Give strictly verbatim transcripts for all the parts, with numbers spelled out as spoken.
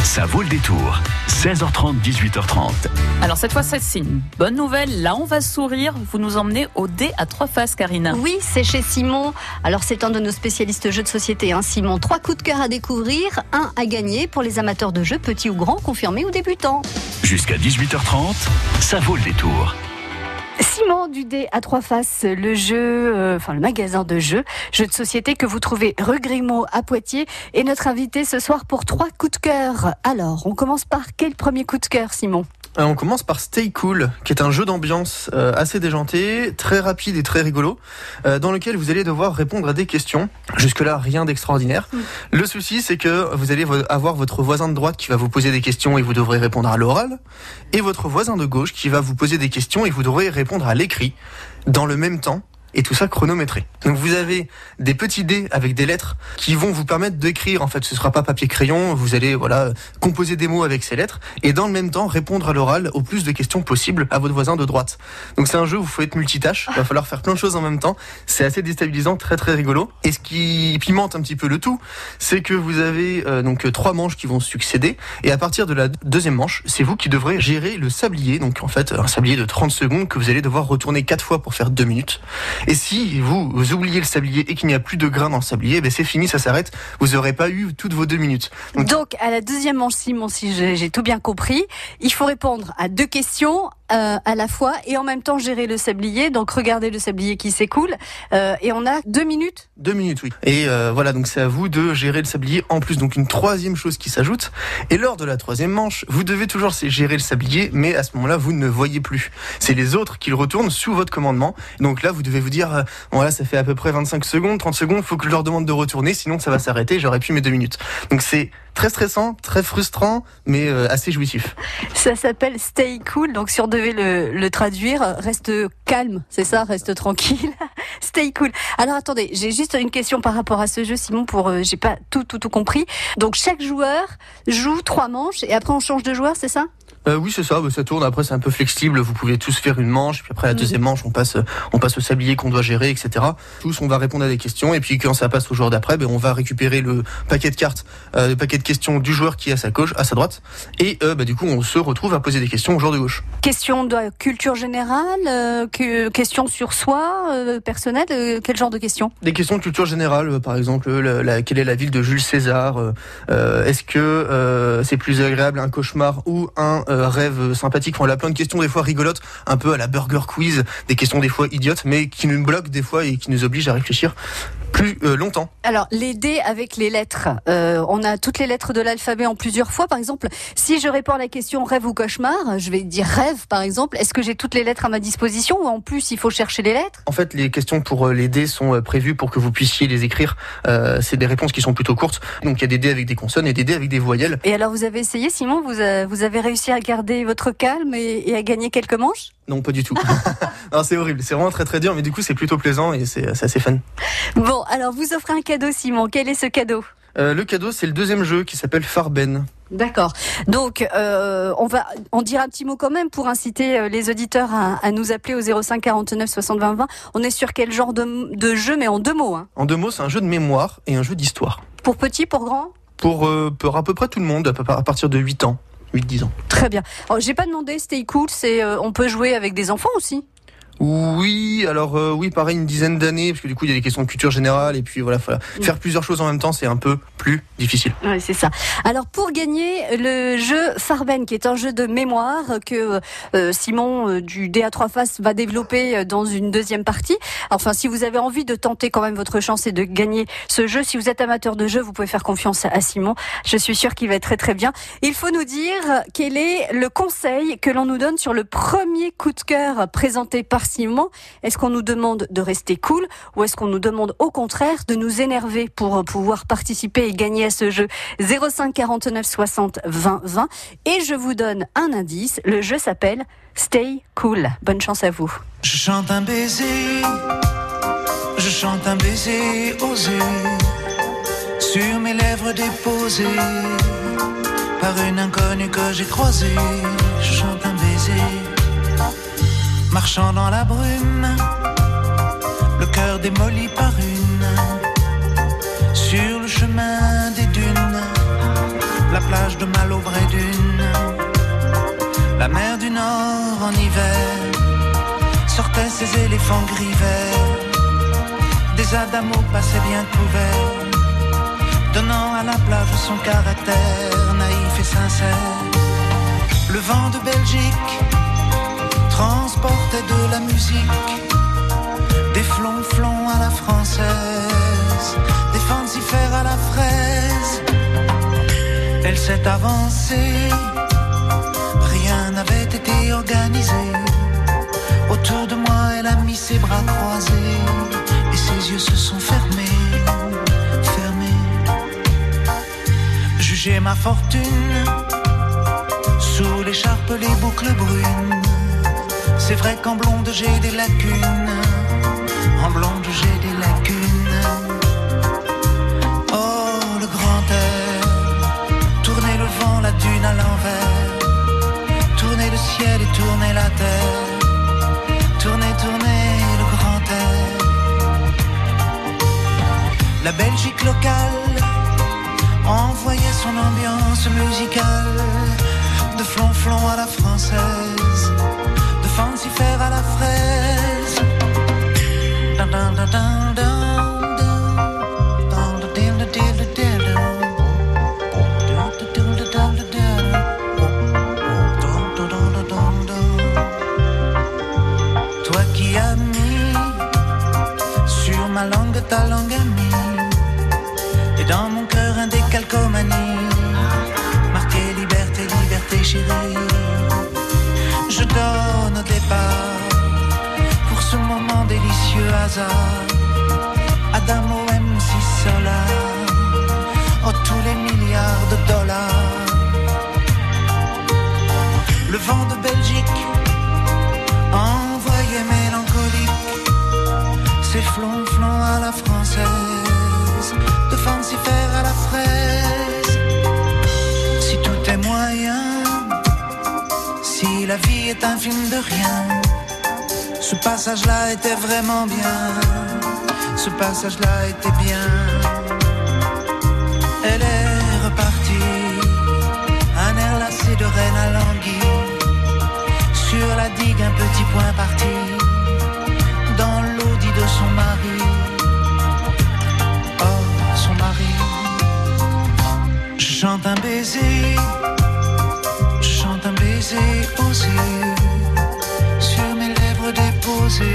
Ça vaut le détour. seize heures trente, dix-huit heures trente. Alors cette fois, c'est une bonne nouvelle. Là, on va sourire. Vous nous emmenez au dé à trois faces, Karina. Oui, c'est chez Simon. Alors c'est un de nos spécialistes jeux de société, hein, Simon. Trois coups de cœur à découvrir, un à gagner pour les amateurs de jeux, petits ou grands, confirmés ou débutants. Jusqu'à dix-huit heures trente, ça vaut le détour. Simon du dé à trois faces, le jeu, euh, enfin le magasin de jeux, jeux de société que vous trouvez rue Grimaud à Poitiers, est notre invité ce soir pour trois coups de cœur. Alors, on commence par quel premier coup de cœur, Simon ? Euh, on commence par Stay Cool, qui est un jeu d'ambiance euh, assez déjanté, très rapide et très rigolo, euh, dans lequel vous allez devoir répondre à des questions. Jusque-là, rien d'extraordinaire. Mmh. Le souci, c'est que vous allez vo- avoir votre voisin de droite qui va vous poser des questions et vous devrez répondre à l'oral, et votre voisin de gauche qui va vous poser des questions et vous devrez répondre à l'écrit, dans le même temps. Et tout ça chronométré. Donc vous avez des petits dés avec des lettres qui vont vous permettre d'écrire. En fait, ce sera pas papier-crayon. Vous allez voilà composer des mots avec ces lettres et dans le même temps répondre à l'oral au plus de questions possibles à votre voisin de droite. Donc c'est un jeu où il faut être multitâche. Il va falloir faire plein de choses en même temps. C'est assez déstabilisant, très très rigolo. Et ce qui pimente un petit peu le tout, c'est que vous avez euh, donc trois manches qui vont succéder. Et à partir de la deuxième manche, c'est vous qui devrez gérer le sablier. Donc en fait, un sablier de trente secondes que vous allez devoir retourner quatre fois pour faire deux minutes. Et si vous, vous oubliez le sablier et qu'il n'y a plus de grains dans le sablier, ben c'est fini, ça s'arrête. Vous n'aurez pas eu toutes vos deux minutes. Donc, Donc à la deuxième manche, Simon, si j'ai, j'ai tout bien compris, il faut répondre à deux questions euh, à la fois et en même temps gérer le sablier. Donc regardez le sablier qui s'écoule. Euh, et on a deux minutes. Deux minutes, oui. Et euh, voilà, donc c'est à vous de gérer le sablier en plus. Donc une troisième chose qui s'ajoute. Et lors de la troisième manche, vous devez toujours gérer le sablier, mais à ce moment-là, vous ne voyez plus. C'est les autres qui le retournent sous votre commandement. Donc là, vous devez vous dire, euh, voilà, ça fait à peu près vingt-cinq secondes, trente secondes, il faut que je leur demande de retourner, sinon ça va s'arrêter, j'aurai plus mes deux minutes. Donc c'est très stressant, très frustrant, mais euh, assez jouissif. Ça s'appelle Stay Cool, donc si on devait le, le traduire, reste calme, c'est ça, reste tranquille. Stay Cool. Alors attendez, j'ai juste une question par rapport à ce jeu, Simon, pour euh, j'ai pas tout, tout, tout compris. Donc chaque joueur joue trois manches et après on change de joueur, c'est ça ? Euh, oui, c'est ça, ça tourne, après c'est un peu flexible, vous pouvez tous faire une manche, puis après la deuxième manche, on passe, on passe au sablier qu'on doit gérer, et cetera. Tous, on va répondre à des questions, et puis quand ça passe au joueur d'après, ben, on va récupérer le paquet de cartes, euh, le paquet de questions du joueur qui est à sa gauche, à sa droite, et euh, bah, du coup, on se retrouve à poser des questions au joueur de gauche. Question de culture générale, euh, que, questions sur soi, euh, personnelle, euh, quel genre de questions ? Des questions de culture générale, euh, par exemple, la, la, quelle est la ville de Jules César euh, euh, Est-ce que euh, c'est plus agréable un cauchemar ou un euh, rêve sympathique? Enfin, on a plein de questions des fois rigolotes, un peu à la Burger Quiz, des questions des fois idiotes, mais qui nous bloquent des fois et qui nous obligent à réfléchir plus euh, longtemps. Alors, les dés avec les lettres, euh, on a toutes les lettres de l'alphabet en plusieurs fois. Par exemple, si je réponds à la question rêve ou cauchemar, je vais dire rêve, par exemple. Est-ce que j'ai toutes les lettres à ma disposition ou en plus, il faut chercher les lettres ? En fait, les questions pour les dés sont prévues pour que vous puissiez les écrire. Euh, c'est des réponses qui sont plutôt courtes. Donc, il y a des dés avec des consonnes et des dés avec des voyelles. Et alors, vous avez essayé, Simon ? Vous, a, vous avez réussi à garder votre calme et, et à gagner quelques manches ? Non, pas du tout. Non, c'est horrible. C'est vraiment très très dur, mais du coup, c'est plutôt plaisant et c'est, c'est assez fun. Bon, alors vous offrez un cadeau, Simon. Quel est ce cadeau ? euh, Le cadeau, c'est le deuxième jeu qui s'appelle Farben. D'accord. Donc, euh, on va en dire un petit mot quand même pour inciter les auditeurs à, à nous appeler au zéro cinq quarante-neuf soixante vingt vingt. On est sur quel genre de, de jeu, mais en deux mots, hein ? En deux mots, c'est un jeu de mémoire et un jeu d'histoire. Pour petit, pour grand ? Pour, euh, pour à peu près tout le monde, à partir de huit ans. huit dix ans. Très bien. Alors, j'ai pas demandé, Stay Cool, c'est, euh, on peut jouer avec des enfants aussi ? Oui, alors euh, oui, pareil, une dizaine d'années, parce que du coup, il y a des questions de culture générale, et puis voilà, voilà. Mmh. Faire plusieurs choses en même temps, c'est un peu plus difficile. Oui, c'est ça. Alors, pour gagner le jeu Farben, qui est un jeu de mémoire que euh, Simon euh, du dé à trois faces va développer dans une deuxième partie. Enfin, si vous avez envie de tenter quand même votre chance et de gagner ce jeu, si vous êtes amateur de jeu, vous pouvez faire confiance à Simon. Je suis sûre qu'il va être très très bien. Il faut nous dire quel est le conseil que l'on nous donne sur le premier coup de cœur présenté par Simon. Est-ce qu'on nous demande de rester cool ou est-ce qu'on nous demande au contraire de nous énerver pour pouvoir participer et gagner à ce jeu ? Zéro cinq quarante-neuf soixante vingt vingt. Et je vous donne un indice, le jeu s'appelle Stay Cool. Bonne chance à vous. Je chante un baiser, je chante un baiser osé, sur mes lèvres déposées, par une inconnue que j'ai croisée. Je chante un baiser, marchant dans la brume, le cœur démoli par une, sur le chemin des dunes, la plage de Malaubre et d'une. La mer du Nord en hiver sortait ses éléphants gris verts. Des adamos passaient bien couverts, donnant à la plage son caractère naïf et sincère. Le vent de Belgique transportait de la musique, des flonflons à la française, des fancifères à la fraise. Elle s'est avancée, rien n'avait été organisé. Autour de moi, elle a mis ses bras croisés et ses yeux se sont fermés, fermés. Jugez ma fortune, sous l'écharpe les boucles brunes. C'est vrai qu'en blonde j'ai des lacunes, en blonde j'ai des lacunes. Oh le grand air, tourner le vent, la dune à l'envers, tourner le ciel et tourner la terre, tourner, tourner le grand air. La Belgique locale envoyait son ambiance musicale, de flonflon à la française, de fancifère à la fraise. Dun, dun, dun, dun, dun. Toi qui as mis sur ma langue ta langue amie, et dans mon cœur un décalcomanie, marqué liberté, liberté chérie. Je donne au départ pour ce moment délicieux hasard Adamo M C Solar, oh tous les milliards de dollars. Le vent de Belgique envoyait mélancolique ses flonflons à la française, de fancifère à la fraise. Si tout est moyen, si la vie est un film de rien, ce passage-là était vraiment bien, ce passage-là était bien. Elle est repartie, un air lassé de reine à l'anguille, sur la digue un petit point parti, dans l'audit de son mari. Oh, son mari. Je chante un baiser, je chante un baiser osé, sur mes lèvres déposées.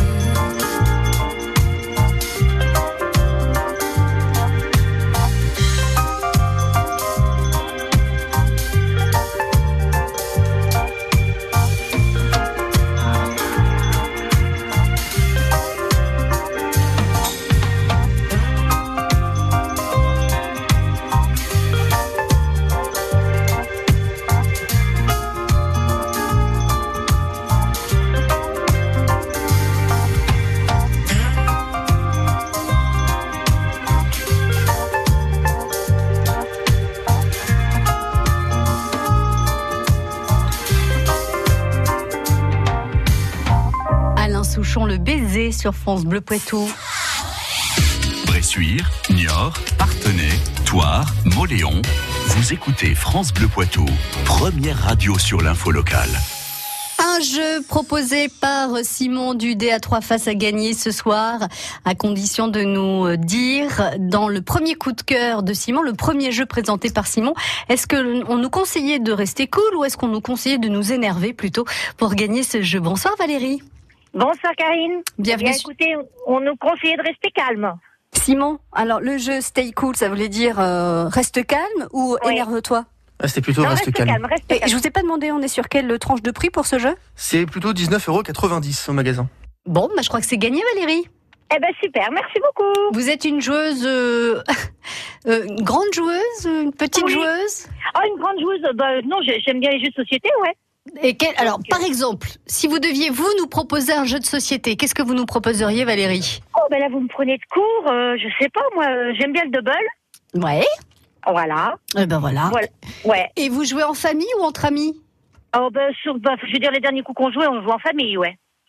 Le baiser sur France Bleu Poitou. Bressuire, Niort, Parthenay, Thouars, Mauléon. Vous écoutez France Bleu Poitou, première radio sur l'info locale. Un jeu proposé par Simon du D à trois faces à gagner ce soir, à condition de nous dire, dans le premier coup de cœur de Simon, le premier jeu présenté par Simon, est-ce qu'on nous conseillait de rester cool ou est-ce qu'on nous conseillait de nous énerver plutôt pour gagner ce jeu? Bonsoir Valérie. Bonsoir Karine. Bienvenue. Bien, écoutez, on nous conseillait de rester calme. Simon, alors le jeu Stay Cool, ça voulait dire euh, reste calme ou oui. Énerve-toi? Ah, c'était plutôt non, reste, reste calme. calme reste Et calme. je vous ai pas demandé, on est sur quelle tranche de prix pour ce jeu? C'est plutôt dix-neuf euros quatre-vingt-dix au magasin. Bon, bah je crois que c'est gagné Valérie. Eh ben super, merci beaucoup. Vous êtes une joueuse, euh, euh, une grande joueuse, une petite oui. joueuse? Ah, une grande joueuse, bah non, j'aime bien les jeux de société, ouais. Et quel, alors, par exemple, si vous deviez, vous, nous proposer un jeu de société, qu'est-ce que vous nous proposeriez, Valérie? Oh, ben là, vous me prenez de court, euh, je sais pas, moi, euh, j'aime bien le double. Ouais. Voilà. Eh ben voilà. voilà. Ouais. Et vous jouez en famille ou entre amis? Oh, ben, sur, bah, je veux dire, les derniers coups qu'on jouait, on joue en famille, ouais.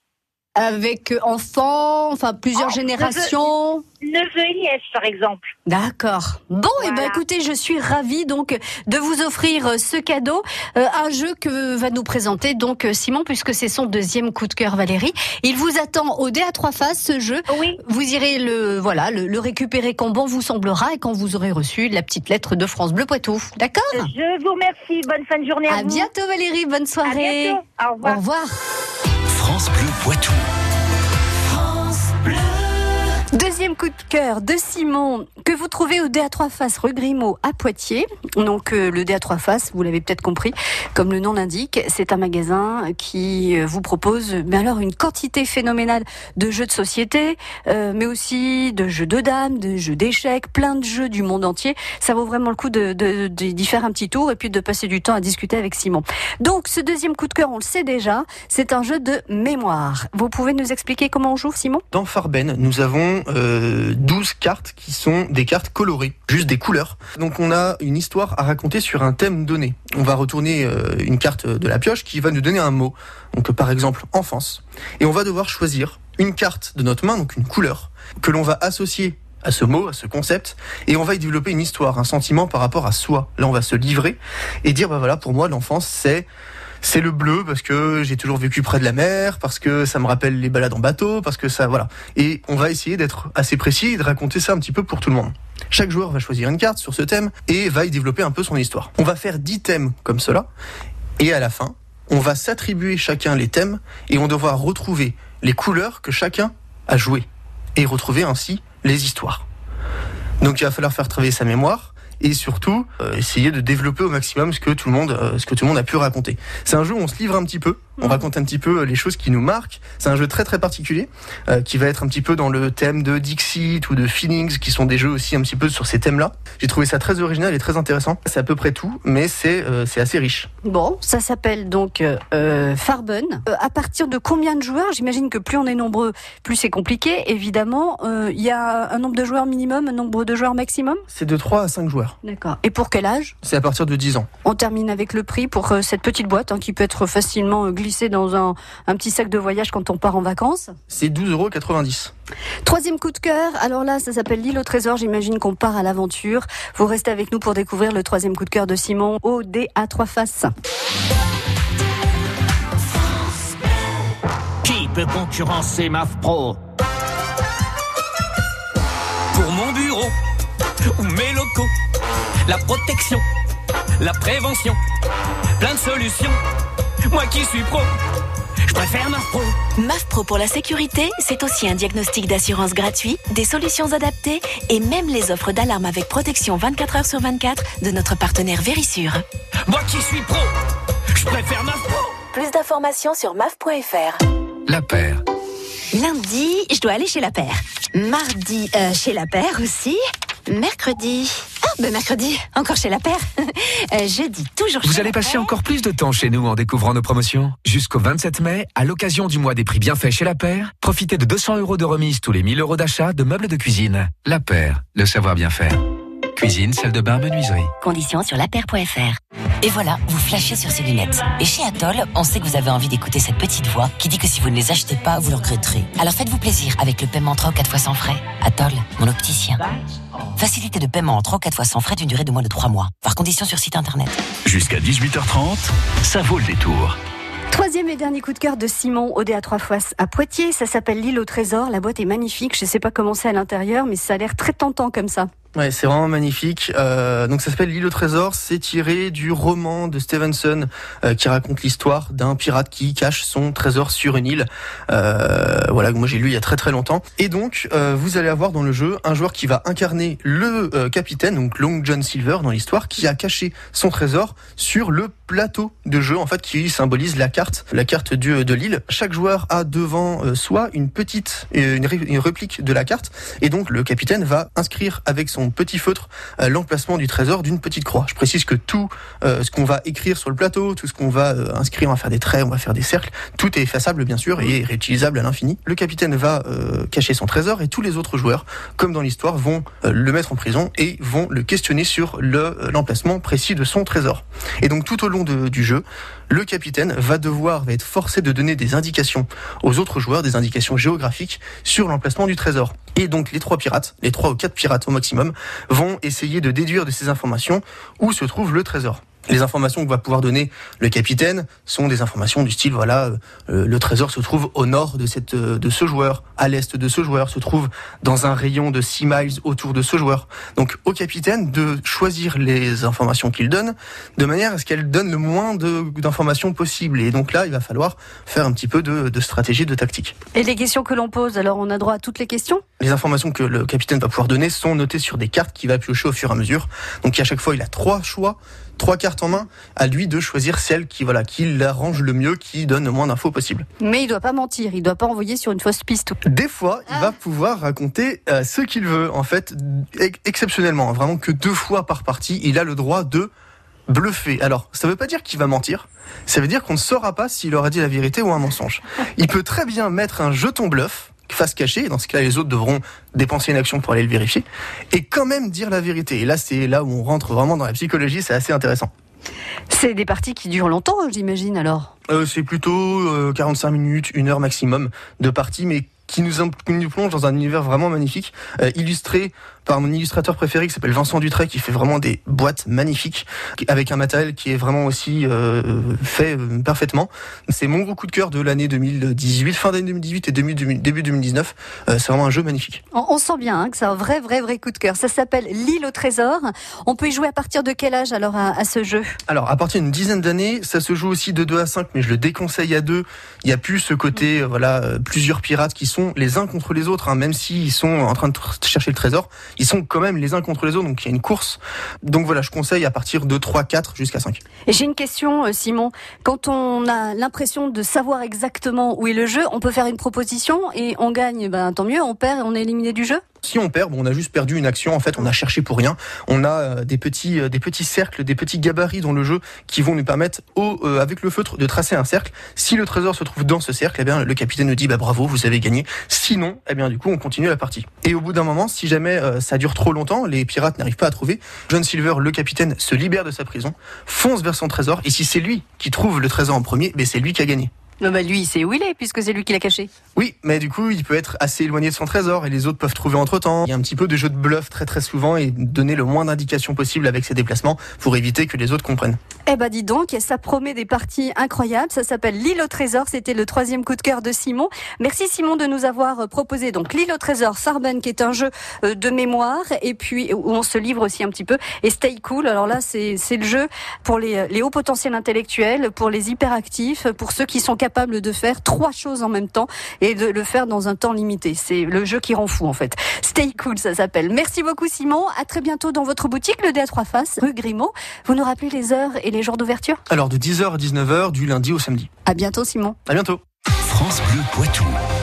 Avec enfants, enfin plusieurs Oh, générations. Neveu et nièce, par exemple. D'accord. Bon, et Voilà. ben écoutez, je suis ravie donc de vous offrir ce cadeau, euh, un jeu que va nous présenter donc Simon, puisque c'est son deuxième coup de cœur, Valérie. Il vous attend au dé à trois faces, ce jeu. Oui. Vous irez le voilà le, le récupérer quand bon vous semblera et quand vous aurez reçu la petite lettre de France Bleu Poitou. D'accord. Je vous remercie. Bonne fin de journée à, À vous. bientôt Valérie, bonne À soirée. bientôt. Au revoir. Au revoir. France Bleu Poitou. Deuxième coup de cœur de Simon, que vous trouvez au dé à trois faces rue Grimaud à Poitiers. Donc euh, le dé à trois faces, vous l'avez peut-être compris, comme le nom l'indique, c'est un magasin qui euh, vous propose mais alors une quantité phénoménale de jeux de société, euh, mais aussi de jeux de dames, de jeux d'échecs, plein de jeux du monde entier. Ça vaut vraiment le coup de, de, de, d'y faire un petit tour et puis de passer du temps à discuter avec Simon. Donc ce deuxième coup de cœur, on le sait déjà, c'est un jeu de mémoire. Vous pouvez nous expliquer comment on joue, Simon ? Dans Farben, nous avons euh, douze cartes qui sont des cartes colorées, juste des couleurs. Donc on a une histoire à raconter sur un thème donné. On va retourner euh, une carte de la pioche qui va nous donner un mot. Donc par exemple enfance. Et on va devoir choisir une carte de notre main, donc une couleur, que l'on va associer à ce mot, à ce concept, et on va y développer une histoire, un sentiment par rapport à soi. Là on va se livrer et dire bah voilà, pour moi l'enfance c'est c'est le bleu parce que j'ai toujours vécu près de la mer, parce que ça me rappelle les balades en bateau, parce que ça, voilà. Et on va essayer d'être assez précis et de raconter ça un petit peu pour tout le monde. Chaque joueur va choisir une carte sur ce thème et va y développer un peu son histoire. On va faire dix thèmes comme cela, et à la fin, on va s'attribuer chacun les thèmes et on devra retrouver les couleurs que chacun a jouées et retrouver ainsi les histoires. Donc il va falloir faire travailler sa mémoire et surtout euh, essayer de développer au maximum ce que tout le monde euh, ce que tout le monde a pu raconter. C'est un jeu où on se livre un petit peu, on mmh. raconte un petit peu les choses qui nous marquent. C'est un jeu très très particulier euh, qui va être un petit peu dans le thème de Dixit ou de Feelings, qui sont des jeux aussi un petit peu sur ces thèmes-là. J'ai trouvé ça très original et très intéressant. C'est à peu près tout, mais c'est euh, c'est assez riche. Bon, ça s'appelle donc euh, Farben. Euh, à partir de combien de joueurs ? J'imagine que plus on est nombreux, plus c'est compliqué. Évidemment, il euh, y a un nombre de joueurs minimum, un nombre de joueurs maximum ? C'est de trois à cinq joueurs. D'accord. Et pour quel âge ? C'est à partir de dix ans. On termine avec le prix pour euh, cette petite boîte hein, qui peut être facilement euh, glissée dans un, un petit sac de voyage quand on part en vacances. C'est douze euros quatre-vingt-dix. Troisième coup de cœur, alors là ça s'appelle l'île au trésor, j'imagine qu'on part à l'aventure. Vous restez avec nous pour découvrir le troisième coup de cœur de Simon au dé à trois faces. Qui peut concurrencer M A F Pro ? Pour mon bureau ou mes locaux, la protection, la prévention, plein de solutions. Moi qui suis pro, je préfère M A F Pro. M A F Pro pour la sécurité, c'est aussi un diagnostic d'assurance gratuit, des solutions adaptées et même les offres d'alarme avec protection vingt-quatre heures sur vingt-quatre de notre partenaire Vérissure. Moi qui suis pro, je préfère M A F Pro. Plus d'informations sur M A F point F R. La paire. Lundi, je dois aller chez la paire. Mardi, euh, chez la paire aussi. Mercredi... Ah, ben mercredi, encore chez la paire. euh, jeudi, toujours chez Vous allez la passer paire. encore plus de temps chez nous en découvrant nos promotions. Jusqu'au vingt-sept mai, à l'occasion du mois des prix bienfaits chez La Paire, profitez de deux cents euros de remise tous les mille euros d'achat de meubles de cuisine. La Paire, le savoir bien faire. Cuisine, salle de bain, menuiserie. Conditions sur la paire point F R. Et voilà, vous flashez sur ces lunettes. Et chez Atoll, on sait que vous avez envie d'écouter cette petite voix qui dit que si vous ne les achetez pas, vous le regretterez. Alors faites-vous plaisir avec le paiement en trois ou quatre fois sans frais. Atoll, mon opticien. Facilité de paiement en trois ou quatre fois sans frais d'une durée de moins de trois mois. Voir conditions sur site internet. Jusqu'à dix-huit heures trente, ça vaut le détour. Troisième et dernier coup de cœur de Simon au dé à trois faces à Poitiers. Ça s'appelle l'île au trésor. La boîte est magnifique. Je ne sais pas comment c'est à l'intérieur, mais ça a l'air très tentant comme ça. Ouais, c'est vraiment magnifique. Euh, donc ça s'appelle l'île au trésor. C'est tiré du roman de Stevenson euh, qui raconte l'histoire d'un pirate qui cache son trésor sur une île. Euh, voilà, moi j'ai lu il y a très très longtemps. Et donc euh, vous allez avoir dans le jeu un joueur qui va incarner le euh, capitaine, donc Long John Silver dans l'histoire, qui a caché son trésor sur le plateau de jeu en fait qui symbolise la carte, la carte du, de l'île. Chaque joueur a devant euh, soi une petite, une, une réplique de la carte, et donc le capitaine va inscrire avec son son petit feutre euh, l'emplacement du trésor d'une petite croix. Je précise que tout euh, ce qu'on va écrire sur le plateau, tout ce qu'on va euh, inscrire, on va faire des traits, on va faire des cercles, tout est effaçable bien sûr et réutilisable à l'infini. Le capitaine va euh, cacher son trésor et tous les autres joueurs, comme dans l'histoire, vont euh, le mettre en prison et vont le questionner sur le, euh, l'emplacement précis de son trésor. Et donc tout au long de, du jeu, le capitaine va devoir, va être forcé de donner des indications aux autres joueurs, des indications géographiques sur l'emplacement du trésor. Et donc les trois pirates, les trois ou quatre pirates au maximum, vont essayer de déduire de ces informations où se trouve le trésor. Les informations que va pouvoir donner le capitaine sont des informations du style, voilà, euh, le trésor se trouve au nord de, cette, euh, de ce joueur, à l'est de ce joueur, se trouve dans un rayon de six miles autour de ce joueur. Donc au capitaine de choisir les informations qu'il donne de manière à ce qu'elles donnent le moins de, d'informations possible. Et donc là, il va falloir faire un petit peu de, de stratégie, de tactique. Et les questions que l'on pose, alors on a droit à toutes les questions ? Les informations que le capitaine va pouvoir donner sont notées sur des cartes qu'il va piocher au fur et à mesure. Donc à chaque fois, il a trois choix, trois cartes en main, à lui de choisir celle qui, voilà, qui l'arrange le mieux, qui donne le moins d'infos possible. Mais il doit pas mentir, il doit pas envoyer sur une fausse piste. Des fois, il ah. va pouvoir raconter euh, ce qu'il veut. En fait, ex- exceptionnellement, vraiment que deux fois par partie, il a le droit de bluffer. Alors, ça veut pas dire qu'il va mentir, ça veut dire qu'on ne saura pas s'il aura dit la vérité ou un mensonge. Il peut très bien mettre un jeton bluff, face cachée, et dans ce cas les autres devront dépenser une action pour aller le vérifier, et quand même dire la vérité. Et là, c'est là où on rentre vraiment dans la psychologie, c'est assez intéressant. C'est des parties qui durent longtemps, j'imagine, alors euh, C'est plutôt euh, quarante-cinq minutes, une heure maximum de partie, mais qui nous, qui nous plonge dans un univers vraiment magnifique, euh, illustré par mon illustrateur préféré qui s'appelle Vincent Dutray, qui fait vraiment des boîtes magnifiques, avec un matériel qui est vraiment aussi euh, fait euh, parfaitement. C'est mon gros coup de cœur de l'année deux mille dix-huit, fin d'année deux mille dix-huit et début, début deux mille dix-neuf. Euh, c'est vraiment un jeu magnifique. On, on sent bien hein, que c'est un vrai, vrai, vrai coup de cœur. Ça s'appelle L'île au trésor. On peut y jouer à partir de quel âge alors à, à ce jeu ? Alors, à partir d'une dizaine d'années, ça se joue aussi de deux à cinq, mais je le déconseille à deux. Il n'y a plus ce côté, euh, voilà, euh, plusieurs pirates qui sont les uns contre les autres, hein, même s'ils sont en train de chercher le trésor, ils sont quand même les uns contre les autres, donc il y a une course. Donc voilà, je conseille à partir de trois, quatre jusqu'à cinq. Et j'ai une question, Simon. Quand on a l'impression de savoir exactement où est le jeu, on peut faire une proposition et on gagne, ben, tant mieux, on perd et on est éliminé du jeu ? Si on perd, bon, on a juste perdu une action. En fait, on a cherché pour rien. On a euh, des petits, euh, des petits cercles, des petits gabarits dans le jeu qui vont nous permettre, au, euh, avec le feutre, de tracer un cercle. Si le trésor se trouve dans ce cercle, eh bien, le capitaine nous dit, bah bravo, vous avez gagné. Sinon, eh bien, du coup, on continue la partie. Et au bout d'un moment, si jamais euh, ça dure trop longtemps, les pirates n'arrivent pas à trouver, John Silver, le capitaine, se libère de sa prison, fonce vers son trésor. Et si c'est lui qui trouve le trésor en premier, ben c'est lui qui a gagné. Non, bah lui, c'est où il est, puisque c'est lui qui l'a caché. Oui, mais du coup, il peut être assez éloigné de son trésor et les autres peuvent trouver entre-temps. Il y a un petit peu de jeu de bluff très très souvent et donner le moins d'indications possible avec ses déplacements pour éviter que les autres comprennent. Eh bah dis donc, ça promet des parties incroyables. Ça s'appelle L'île au trésor. C'était le troisième coup de cœur de Simon. Merci Simon de nous avoir proposé donc L'île au trésor Farben, qui est un jeu de mémoire et puis où on se livre aussi un petit peu. Et Stay Cool. Alors là, c'est c'est le jeu pour les les hauts potentiels intellectuels, pour les hyperactifs, pour ceux qui sont capables capable de faire trois choses en même temps et de le faire dans un temps limité. C'est le jeu qui rend fou en fait. Stay Cool, ça s'appelle. Merci beaucoup Simon. À très bientôt dans votre boutique, le dé à trois faces, rue Grimaud. Vous nous rappelez les heures et les jours d'ouverture ? Alors de dix heures à dix-neuf heures du lundi au samedi. À bientôt Simon. À bientôt. France Bleu Poitou.